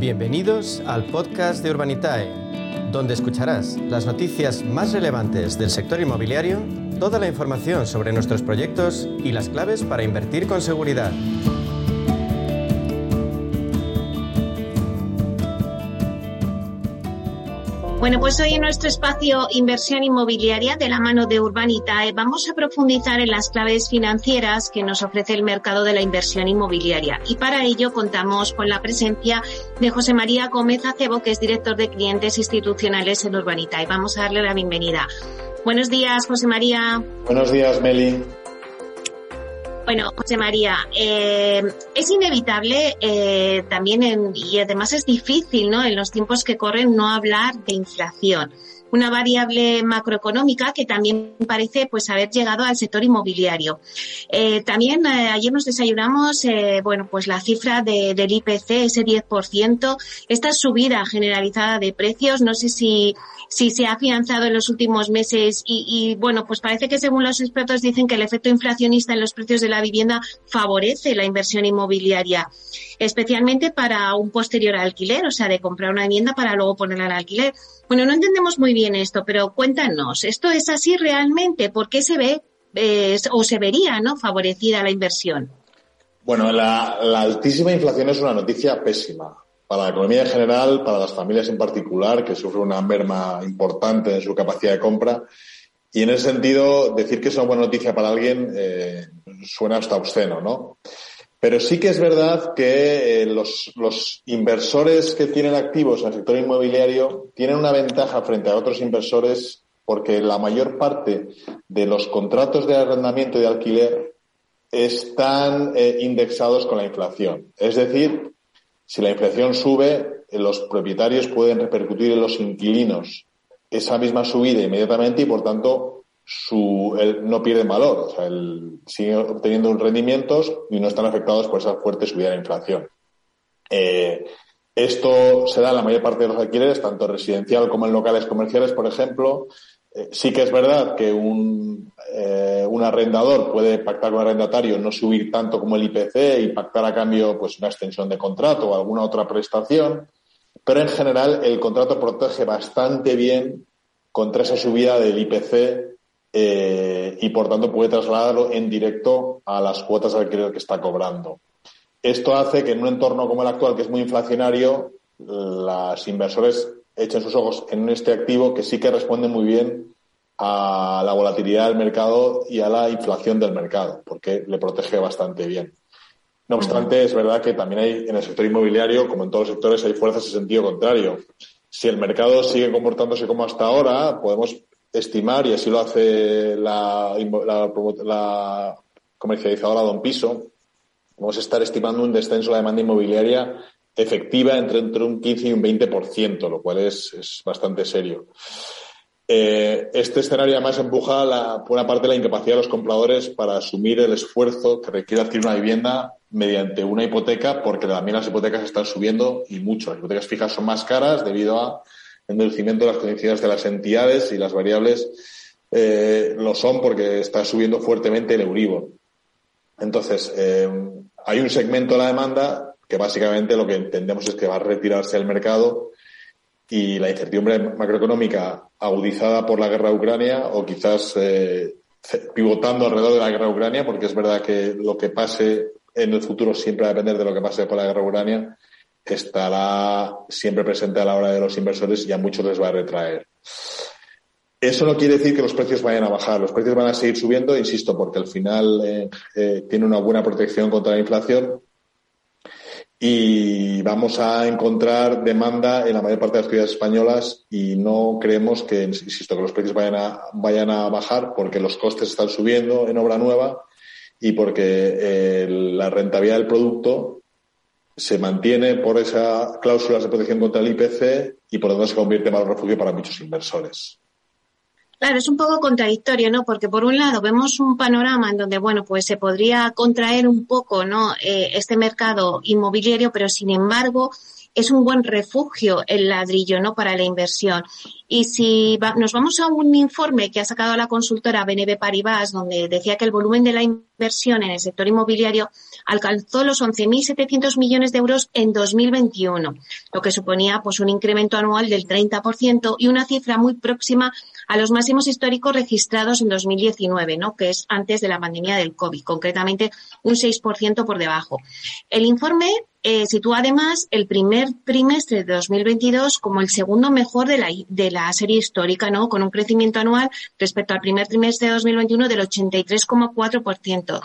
Bienvenidos al podcast de Urbanitae, donde escucharás las noticias más relevantes del sector inmobiliario, toda la información sobre nuestros proyectos y las claves para invertir con seguridad. Bueno, pues hoy en nuestro espacio Inversión Inmobiliaria de la mano de Urbanitae vamos a profundizar en las claves financieras que nos ofrece el mercado de la inversión inmobiliaria. Y para ello contamos con la presencia de José María Gómez Acebo, que es director de clientes institucionales en Urbanitae. Vamos a darle la bienvenida. Buenos días, José María. Buenos días, Meli. Bueno, José María, es inevitable también, y además es difícil, ¿no?, en los tiempos que corren, no hablar de inflación. Una variable macroeconómica que también parece pues haber llegado al sector inmobiliario. También ayer nos desayunamos, pues la cifra del IPC, ese 10%, esta subida generalizada de precios, no sé si se ha afianzado en los últimos meses y pues parece que según los expertos dicen que el efecto inflacionista en los precios de la vivienda favorece la inversión inmobiliaria, especialmente para un posterior alquiler, o sea, de comprar una vivienda para luego ponerla al alquiler. Bueno, no entendemos muy bien esto, pero cuéntanos, ¿esto es así realmente? ¿Por qué se ve o se vería, ¿no?, favorecida la inversión? Bueno, la altísima inflación es una noticia pésima para la economía en general, para las familias en particular, que sufren una merma importante en su capacidad de compra. Y en ese sentido, decir que es una buena noticia para alguien suena hasta obsceno, ¿no? Pero sí que es verdad que los inversores que tienen activos en el sector inmobiliario tienen una ventaja frente a otros inversores porque la mayor parte de los contratos de arrendamiento y de alquiler están indexados con la inflación. Es decir, si la inflación sube, los propietarios pueden repercutir en los inquilinos esa misma subida inmediatamente y, por tanto, no pierden valor. O sea, siguen obteniendo rendimientos y no están afectados por esa fuerte subida de la inflación. Esto se da en la mayor parte de los alquileres, tanto residencial como en locales comerciales, por ejemplo. Sí que es verdad que un arrendador puede pactar con un arrendatario no subir tanto como el IPC y pactar a cambio pues una extensión de contrato o alguna otra prestación, pero en general el contrato protege bastante bien contra esa subida del IPC y por tanto puede trasladarlo en directo a las cuotas de alquiler que está cobrando. Esto hace que en un entorno como el actual, que es muy inflacionario, los inversores echen sus ojos en este activo que sí que responde muy bien a la volatilidad del mercado y a la inflación del mercado, porque le protege bastante bien. No obstante, es verdad que también hay en el sector inmobiliario, como en todos los sectores, hay fuerzas en sentido contrario. Si el mercado sigue comportándose como hasta ahora, podemos estimar, y así lo hace la comercializadora Don Piso, vamos a estar estimando un descenso de la demanda inmobiliaria efectiva entre un 15 y un 20%, lo cual es bastante serio. Este escenario además empuja por una parte la incapacidad de los compradores para asumir el esfuerzo que requiere adquirir una vivienda mediante una hipoteca, porque también las hipotecas están subiendo y mucho. Las hipotecas fijas son más caras debido a endurecimiento de las condiciones de las entidades y las variables lo son porque está subiendo fuertemente el Euribor. Entonces, hay un segmento de la demanda que básicamente lo que entendemos es que va a retirarse del mercado y la incertidumbre macroeconómica agudizada por la guerra de Ucrania o quizás pivotando alrededor de la guerra de Ucrania, porque es verdad que lo que pase en el futuro siempre va a depender de lo que pase por la guerra de Ucrania, estará siempre presente a la hora de los inversores y a muchos les va a retraer. Eso no quiere decir que los precios vayan a bajar. Los precios van a seguir subiendo, insisto, porque al final tiene una buena protección contra la inflación y vamos a encontrar demanda en la mayor parte de las ciudades españolas y no creemos que, insisto, que los precios vayan a bajar porque los costes están subiendo en obra nueva y porque la rentabilidad del producto se mantiene por esas cláusulas de protección contra el IPC y por lo tanto se convierte en valor refugio para muchos inversores. Claro, es un poco contradictorio, ¿no? Porque por un lado vemos un panorama en donde, pues se podría contraer un poco, ¿no?, este mercado inmobiliario, pero sin embargo es un buen refugio el ladrillo, ¿no?, para la inversión. Y si nos vamos a un informe que ha sacado la consultora BNP Paribas, donde decía que el volumen de la inversión en el sector inmobiliario alcanzó los 11.700 millones de euros en 2021, lo que suponía pues un incremento anual del 30% y una cifra muy próxima a los máximos históricos registrados en 2019, ¿no?, que es antes de la pandemia del COVID, concretamente un 6% por debajo. El informe sitúa además el primer trimestre de 2022 como el segundo mejor de la serie histórica, ¿no?, con un crecimiento anual respecto al primer trimestre de 2021 del 83,4%.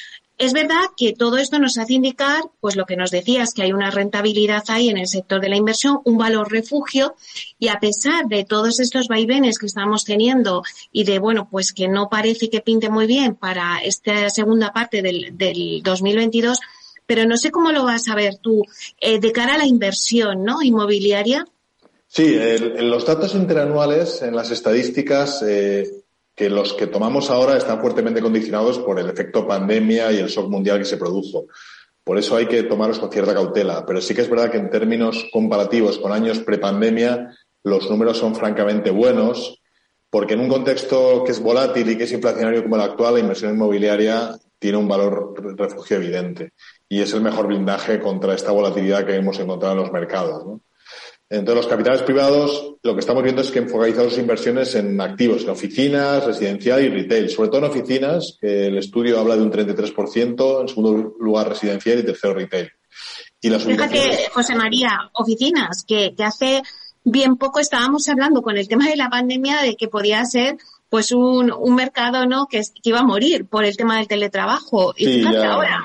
Es verdad que todo esto nos hace indicar, pues lo que nos decías, que hay una rentabilidad ahí en el sector de la inversión, un valor refugio, y a pesar de todos estos vaivenes que estamos teniendo y de, bueno, pues que no parece que pinte muy bien para esta segunda parte del 2022, pero no sé cómo lo vas a ver tú de cara a la inversión, ¿no?, inmobiliaria. Sí, en los datos interanuales, en las estadísticas, que los que tomamos ahora están fuertemente condicionados por el efecto pandemia y el shock mundial que se produjo. Por eso hay que tomarlos con cierta cautela. Pero sí que es verdad que en términos comparativos con años prepandemia, los números son francamente buenos, porque en un contexto que es volátil y que es inflacionario como el actual, la inversión inmobiliaria tiene un valor refugio evidente. Y es el mejor blindaje contra esta volatilidad que hemos encontrado en los mercados, ¿no? Entonces, los capitales privados, lo que estamos viendo es que han focalizado sus inversiones en activos, en oficinas, residencial y retail. Sobre todo en oficinas, que el estudio habla de un 33%, en segundo lugar residencial y tercero retail. Y las Fíjate, José María, oficinas, que hace bien poco estábamos hablando con el tema de la pandemia de que podía ser pues un mercado, ¿no?, que iba a morir por el tema del teletrabajo. Y sí,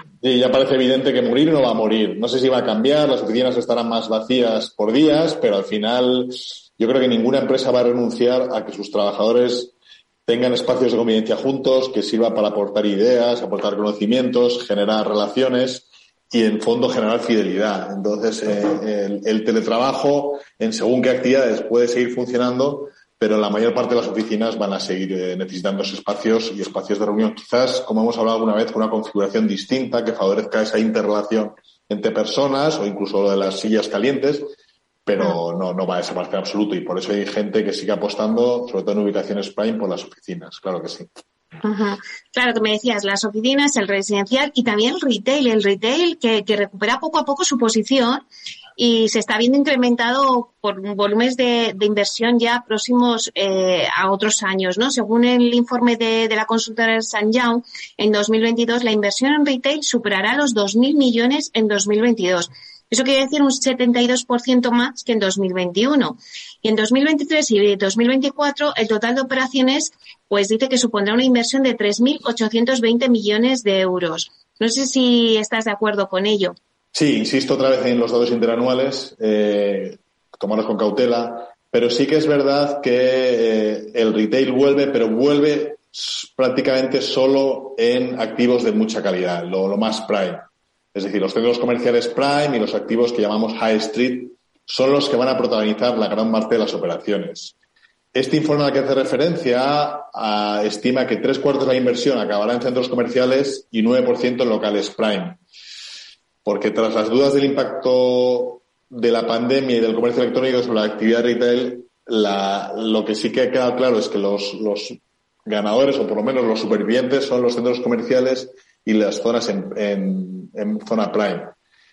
ya parece evidente que morir no va a morir. No sé si va a cambiar, las oficinas estarán más vacías por días, pero al final yo creo que ninguna empresa va a renunciar a que sus trabajadores tengan espacios de convivencia juntos, que sirva para aportar ideas, aportar conocimientos, generar relaciones y, en fondo, generar fidelidad. Entonces, el teletrabajo, en según qué actividades, puede seguir funcionando, pero la mayor parte de las oficinas van a seguir necesitando esos espacios y espacios de reunión. Quizás, como hemos hablado alguna vez, con una configuración distinta que favorezca esa interrelación entre personas o incluso lo de las sillas calientes, pero no va a desaparecer en absoluto. Y por eso hay gente que sigue apostando, sobre todo en ubicaciones prime, por las oficinas. Claro que sí. Ajá. Claro, que me decías, las oficinas, el residencial y también el retail que recupera poco a poco su posición y se está viendo incrementado por volúmenes de inversión ya próximos a otros años, ¿no? Según el informe de la consultora Ernst & Young, en 2022 la inversión en retail superará los 2.000 millones en 2022. Eso quiere decir un 72% más que en 2021. Y en 2023 y 2024 el total de operaciones pues dice que supondrá una inversión de 3.820 millones de euros. No sé si estás de acuerdo con ello. Sí, insisto otra vez en los datos interanuales, tomarlos con cautela, pero sí que es verdad que el retail vuelve, pero vuelve prácticamente solo en activos de mucha calidad, lo más prime. Es decir, los centros comerciales prime y los activos que llamamos high street son los que van a protagonizar la gran parte de las operaciones. Este informe al que hace referencia estima que 3/4 de la inversión acabará en centros comerciales y 9% en locales prime. Porque tras las dudas del impacto de la pandemia y del comercio electrónico sobre la actividad retail, lo que sí que ha quedado claro es que los ganadores, o por lo menos los supervivientes, son los centros comerciales y las zonas en zona prime.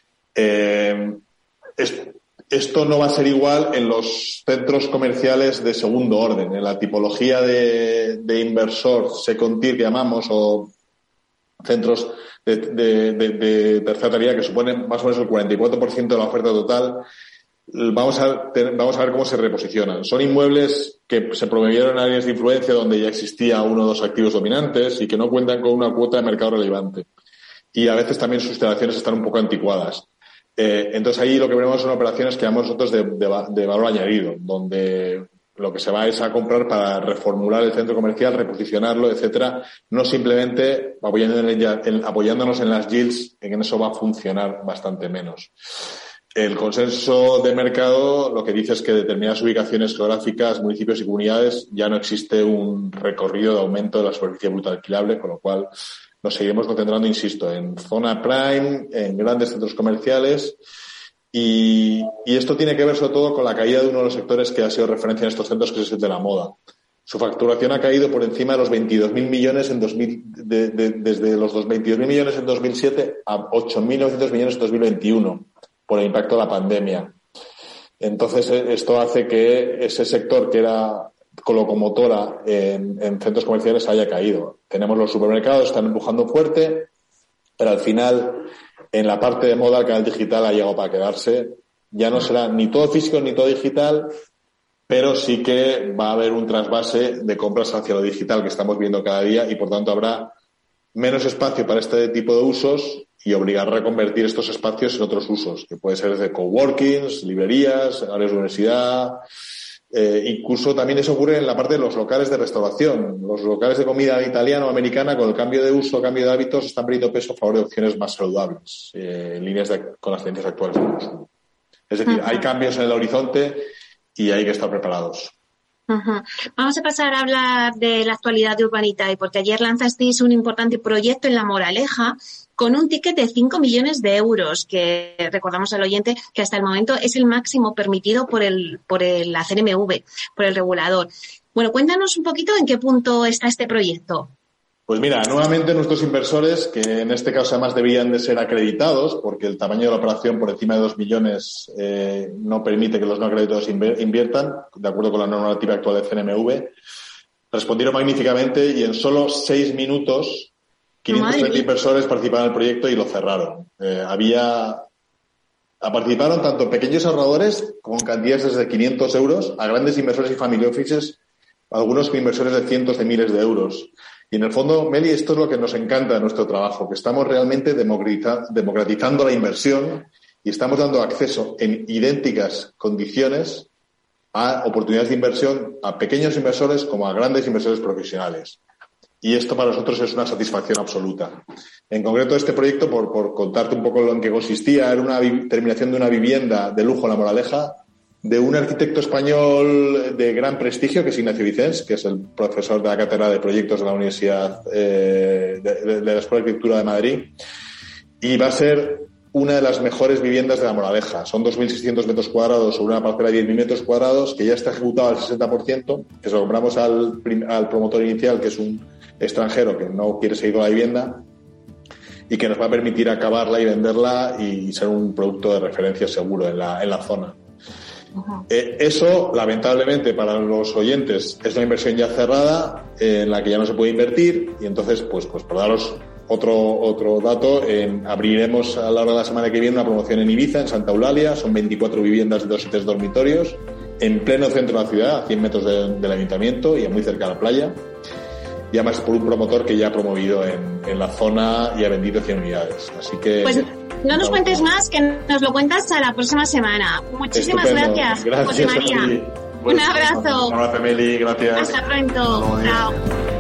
Esto no va a ser igual en los centros comerciales de segundo orden, en la tipología de inversor second tier que llamamos, o centros de tercera calidad que suponen más o menos el 44% de la oferta total. Vamos a ver cómo se reposicionan. Son inmuebles que se promovieron en áreas de influencia donde ya existía uno o dos activos dominantes y que no cuentan con una cuota de mercado relevante. Y a veces también sus instalaciones están un poco anticuadas. Entonces ahí lo que veremos son operaciones que llamamos nosotros de valor añadido, donde lo que se va es a comprar para reformular el centro comercial, reposicionarlo, etcétera, no simplemente apoyándonos en las yields, en eso va a funcionar bastante menos. El consenso de mercado lo que dice es que en determinadas ubicaciones geográficas, municipios y comunidades ya no existe un recorrido de aumento de la superficie bruta alquilable, con lo cual nos seguiremos concentrando, insisto, en zona prime, en grandes centros comerciales Y esto tiene que ver sobre todo con la caída de uno de los sectores que ha sido referencia en estos centros, que es el de la moda. Su facturación ha caído por encima de los 22.000 millones desde los 22.000 millones en 2007 a 8.900 millones en 2021 por el impacto de la pandemia. Entonces, esto hace que ese sector que era locomotora en centros comerciales haya caído. Tenemos los supermercados, están empujando fuerte, pero al final, en la parte de moda, el canal digital ha llegado para quedarse. Ya no será ni todo físico ni todo digital, pero sí que va a haber un trasvase de compras hacia lo digital que estamos viendo cada día y, por tanto, habrá menos espacio para este tipo de usos y obligar a reconvertir estos espacios en otros usos, que puede ser desde coworkings, librerías, áreas de universidad. Incluso también eso ocurre en la parte de los locales de restauración. Los locales de comida italiana o americana, con el cambio de uso, cambio de hábitos, están perdiendo peso a favor de opciones más saludables, en líneas con las tendencias actuales del consumo. Es decir, hay cambios en el horizonte y hay que estar preparados. Vamos a pasar a hablar de la actualidad de Urbanitae, porque ayer lanzasteis un importante proyecto en La Moraleja con un ticket de 5 millones de euros, que recordamos al oyente que hasta el momento es el máximo permitido por la CNMV, por el regulador. Bueno, cuéntanos un poquito en qué punto está este proyecto. Pues mira, nuevamente nuestros inversores, que en este caso además debían de ser acreditados, porque el tamaño de la operación por encima de 2 millones no permite que los no acreditados inviertan, de acuerdo con la normativa actual de CNMV, respondieron magníficamente y en solo 6 minutos 530 inversores participaron en el proyecto y lo cerraron. Participaron tanto pequeños ahorradores con cantidades desde 500 euros a grandes inversores y family offices, algunos con inversores de cientos de miles de euros. Y en el fondo, Meli, esto es lo que nos encanta de nuestro trabajo, que estamos realmente democratizando la inversión y estamos dando acceso en idénticas condiciones a oportunidades de inversión a pequeños inversores como a grandes inversores profesionales. Y esto para nosotros es una satisfacción absoluta. En concreto, este proyecto, por contarte un poco en qué consistía, era una terminación de una vivienda de lujo en La Moraleja, de un arquitecto español de gran prestigio, que es Ignacio Vicens, que es el profesor de la Cátedra de Proyectos de la Universidad de la Escuela de Arquitectura de Madrid. Y va a ser una de las mejores viviendas de La Moraleja. Son 2.600 metros cuadrados sobre una parcela de 10.000 metros cuadrados, que ya está ejecutado al 60%, que se lo compramos al promotor inicial, que es un extranjero que no quiere seguir con la vivienda, y que nos va a permitir acabarla y venderla y ser un producto de referencia seguro en la zona. Eso, lamentablemente, para los oyentes es una inversión ya cerrada en la que ya no se puede invertir y entonces, pues por daros otro dato, abriremos a lo largo de la semana que viene una promoción en Ibiza, en Santa Eulalia. Son 24 viviendas de 2 y 3 dormitorios en pleno centro de la ciudad, a 100 metros del ayuntamiento y muy cerca de la playa. Y además por un promotor que ya ha promovido en la zona y ha vendido 100 unidades. Así que... Pues no nos cuentes más, que nos lo cuentas a la próxima semana. Muchísimas gracias, José María. Pues, un abrazo. Un abrazo, Meli. Gracias. Hasta pronto. Chao.